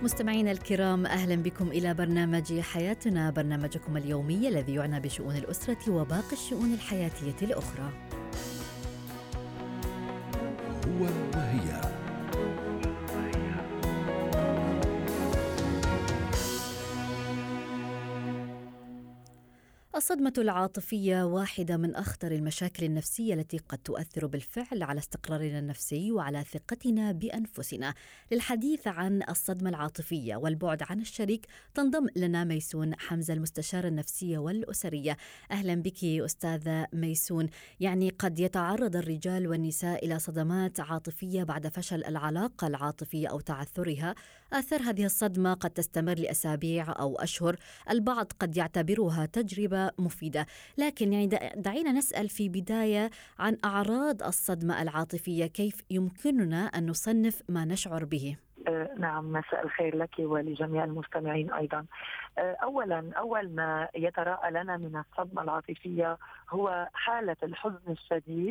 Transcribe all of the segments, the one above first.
مستمعينا الكرام، أهلا بكم إلى برنامج حياتنا، برنامجكم اليومي الذي يعنى بشؤون الأسرة وباقي الشؤون الحياتية الأخرى. هو وهي. الصدمة العاطفية واحدة من أخطر المشاكل النفسية التي قد تؤثر بالفعل على استقرارنا النفسي وعلى ثقتنا بأنفسنا. للحديث عن الصدمة العاطفية والبعد عن الشريك تنضم لنا ميسون حمزة، المستشارة النفسية والأسرية. أهلا بك أستاذة ميسون. يعني قد يتعرض الرجال والنساء إلى صدمات عاطفية بعد فشل العلاقة العاطفية أو تعثرها. آثار هذه الصدمة قد تستمر لأسابيع أو أشهر. البعض قد يعتبرها تجربة مفيدة، لكن يعني دعينا نسأل في بداية عن أعراض الصدمة العاطفية. كيف يمكننا أن نصنف ما نشعر به؟ نعم، مساء الخير لك ولجميع المستمعين أيضا. أولا، أول ما يتراءى لنا من الصدمة العاطفية هو حالة الحزن الشديد،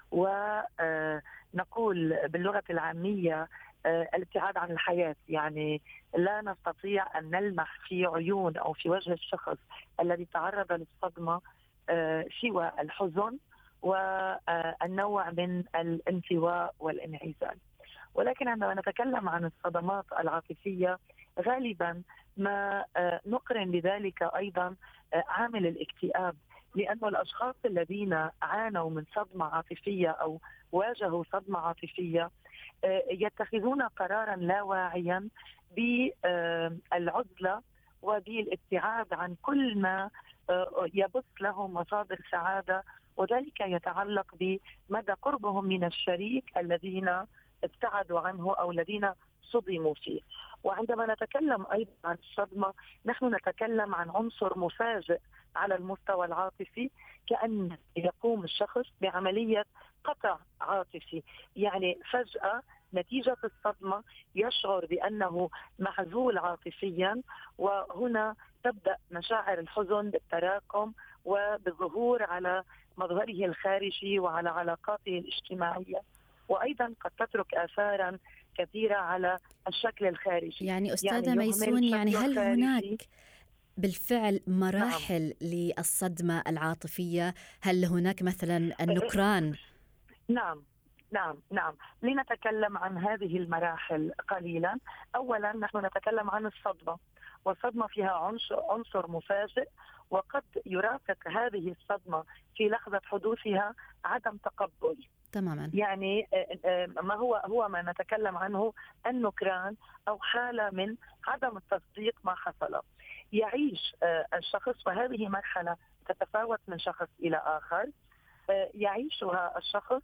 ونقول باللغة العامية الابتعاد عن الحياة. يعني لا نستطيع أن نلمح في عيون أو في وجه الشخص الذي تعرض للصدمة سوى الحزن والنوع من الانطواء والانعزال. ولكن عندما نتكلم عن الصدمات العاطفية غالبا ما نقرن بذلك أيضا عامل الاكتئاب، لأن الأشخاص الذين عانوا من صدمة عاطفية أو واجهوا صدمة عاطفية يتخذون قرارا لا واعيا بالعزلة وبالابتعاد عن كل ما يبث لهم مصادر سعادة، وذلك يتعلق بمدى قربهم من الشريك الذين ابتعدوا عنه أو الذين صدموا فيه. وعندما نتكلم أيضا عن الصدمة نحن نتكلم عن عنصر مفاجئ على المستوى العاطفي، كأن يقوم الشخص بعملية قطع عاطفي. يعني فجأة نتيجة الصدمة يشعر بأنه معزول عاطفيا، وهنا تبدأ مشاعر الحزن بالتراكم وبالظهور على مظهره الخارجي وعلى علاقاته الاجتماعية، وأيضا قد تترك آثارا كثيرة على الشكل الخارجي. يعني أستاذة ميسون، يعني هل هناك بالفعل مراحل نعم. للصدمة العاطفية؟ هل هناك مثلا النكران؟ نعم. لنتكلم عن هذه المراحل قليلا. أولا نحن نتكلم عن الصدمة، والصدمة فيها عنصر مفاجئ، وقد يرافق هذه الصدمة في لحظة حدوثها عدم تقبل تماما. يعني ما هو ما نتكلم عنه النكران أو حالة من عدم التصديق ما حصل. يعيش الشخص، وهذه مرحلة تتفاوت من شخص إلى آخر، يعيشها الشخص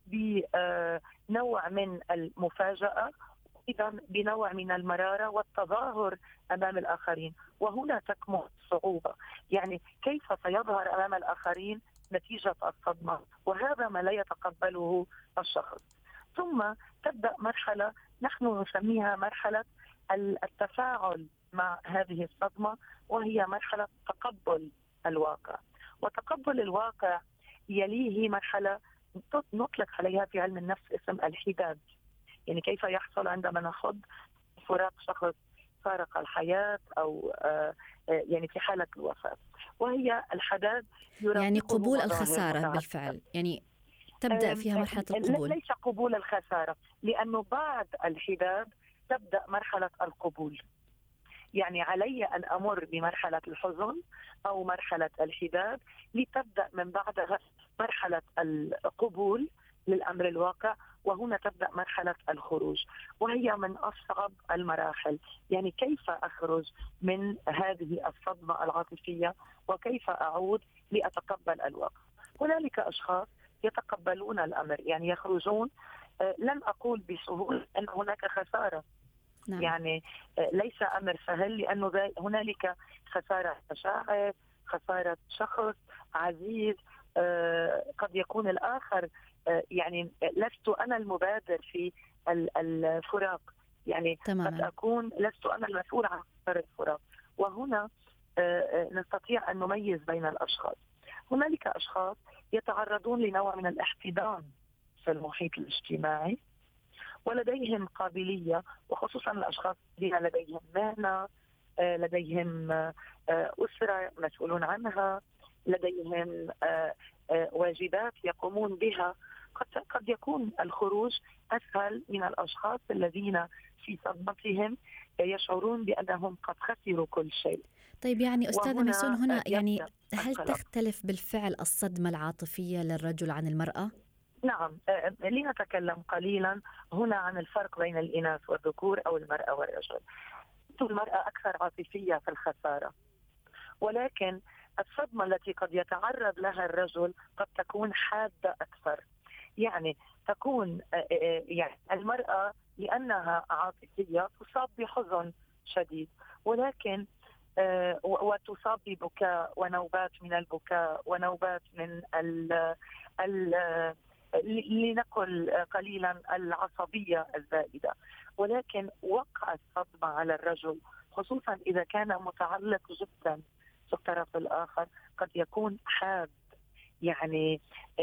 بنوع من المفاجأة، إذا بنوع من المرارة والتظاهر أمام الآخرين. وهنا تكمن الصعوبة، يعني كيف سيظهر أمام الآخرين نتيجة الصدمة، وهذا ما لا يتقبله الشخص. ثم تبدأ مرحلة نحن نسميها مرحلة التفاعل مع هذه الصدمة، وهي مرحلة تقبل الواقع. وتقبل الواقع يليه مرحلة نطلق عليها في علم النفس اسم الحداد. يعني كيف يحصل عندما نخوض فراق شخص فارق الحياة أو يعني في حالة الوفاة، وهي الحداد. يعني قبول الخسارة بالفعل، يعني تبدأ فيها مرحلة القبول. ليس قبول الخسارة، لأنه بعد الحداد تبدأ مرحلة القبول. يعني علي أن أمر بمرحلة الحزن أو مرحلة الحداد لتبدأ من بعدها مرحلة القبول للأمر الواقع، وهنا تبدأ مرحلة الخروج، وهي من أصعب المراحل. يعني كيف أخرج من هذه الصدمة العاطفية وكيف أعود لأتقبل الواقع. هنالك أشخاص يتقبلون الأمر، يعني يخرجون، لن أقول بسهولة أن هناك خسارة. نعم. يعني ليس أمر سهل، لأنه هنالك خسارة مشاعر، خسارة شخص عزيز، قد يكون الآخر، يعني لست أنا المبادر في الفراق، يعني تماما. قد أكون لست أنا المسؤول عن الفراق. وهنا نستطيع أن نميز بين الأشخاص. هنالك أشخاص يتعرضون لنوع من الاحتضان في المحيط الاجتماعي، ولديهم قابلية، وخصوصا الأشخاص الذين لديهم مهنة، لديهم أسرة مسؤولون عنها، لديهم واجبات يقومون بها، قد يكون الخروج أسهل من الأشخاص الذين في صدمتهم يشعرون بأنهم قد خسروا كل شيء. طيب يعني أستاذة ميسون، هنا يعني هل تختلف بالفعل الصدمة العاطفية للرجل عن المرأة؟ نعم، لنتكلم قليلا هنا عن الفرق بين الإناث والذكور أو المرأة والرجل. المرأة أكثر عاطفية في الخسارة، ولكن الصدمة التي قد يتعرض لها الرجل قد تكون حادة أكثر. يعني تكون يعني المرأة لأنها عاطفية تصاب بحزن شديد، ولكن وتصاب ببكاء ونوبات من البكاء ونوبات من لنقل قليلا العصبية الزائدة. ولكن وقع الصدمة على الرجل خصوصا إذا كان متعلق جدا في الطرف الآخر قد يكون حاد. يعني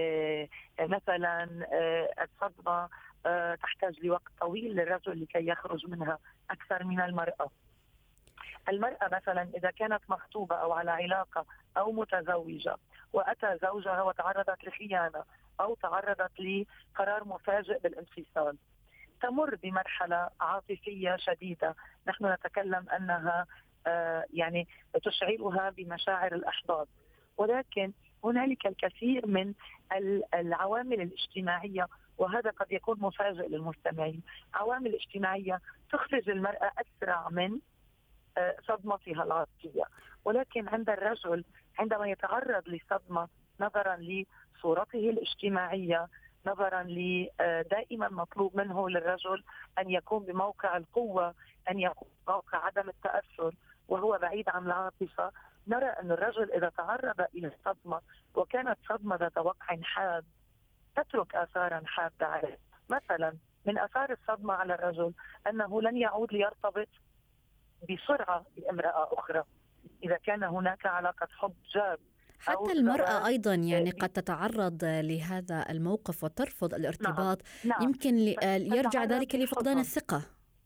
مثلا الصدمة تحتاج لوقت طويل للرجل لكي يخرج منها أكثر من المرأة. المرأة مثلا إذا كانت مخطوبة أو على علاقة أو متزوجة وأتى زوجها وتعرضت لخيانة أو تعرضت لقرار مفاجئ بالانفصال، تمر بمرحلة عاطفية شديدة نحن نتكلم أنها يعني تشعرها بمشاعر الإحباط. ولكن هنالك الكثير من العوامل الاجتماعية، وهذا قد يكون مفاجئ للمستمعين، عوامل اجتماعية تخرج المرأة أسرع من صدمتها العاطفية. ولكن عند الرجل عندما يتعرض لصدمة نظرا لصورته الاجتماعية، نظرا دائما مطلوب منه للرجل أن يكون بموقع القوة، أن يكون بموقع عدم التأثر وهو بعيد عن العاطفة، نرى أن الرجل إذا تعرض إلى الصدمة وكانت صدمة ذات وقع حاد تترك آثارا حادة عليه. مثلا من آثار الصدمة على الرجل أنه لن يعود ليرتبط بسرعة بامرأة أخرى إذا كان هناك علاقة حب جاد. حتى المرأة أيضا يعني قد تتعرض لهذا الموقف وترفض الارتباط. نعم. يمكن يرجع ذلك لفقدان الثقة.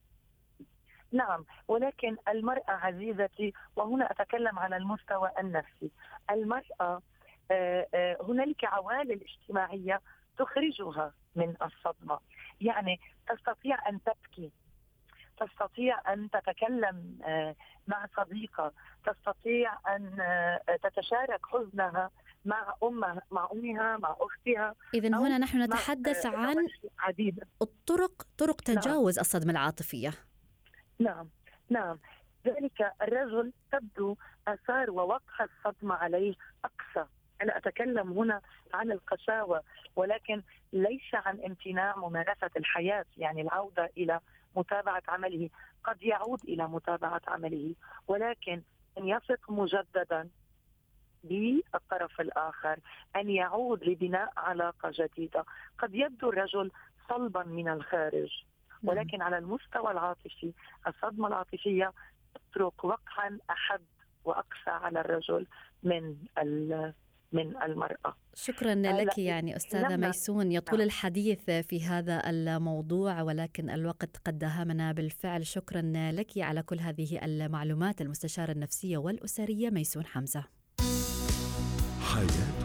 نعم، ولكن المرأة عزيزتي، وهنا أتكلم على المستوى النفسي، المرأة هنالك عوامل اجتماعية تخرجها من الصدمة. يعني تستطيع أن تبكي، تستطيع أن تتكلم مع صديقة، تستطيع أن تتشارك حزنها مع أمها، مع أختها. إذن هنا نحن نتحدث عن طرق تجاوز الصدمة العاطفية. نعم، ذلك الرجل تبدو آثار ووقع الصدمة عليه أقسى. أنا أتكلم هنا عن القساوة، ولكن ليس عن امتناع ممارسة الحياة، يعني العودة إلى متابعة عمله. قد يعود إلى متابعة عمله، ولكن أن يثق مجددا بالطرف الآخر، أن يعود لبناء علاقة جديدة. قد يبدو الرجل صلبا من الخارج، ولكن على المستوى العاطفي الصدمة العاطفية تترك وقعا أحد وأقسى على الرجل من المرأة. شكرا لك يعني أستاذة ميسون. يطول الحديث في هذا الموضوع ولكن الوقت قد داهمنا بالفعل. شكرا لك على كل هذه المعلومات، المستشارة النفسية والأسرية ميسون حمزة. حياة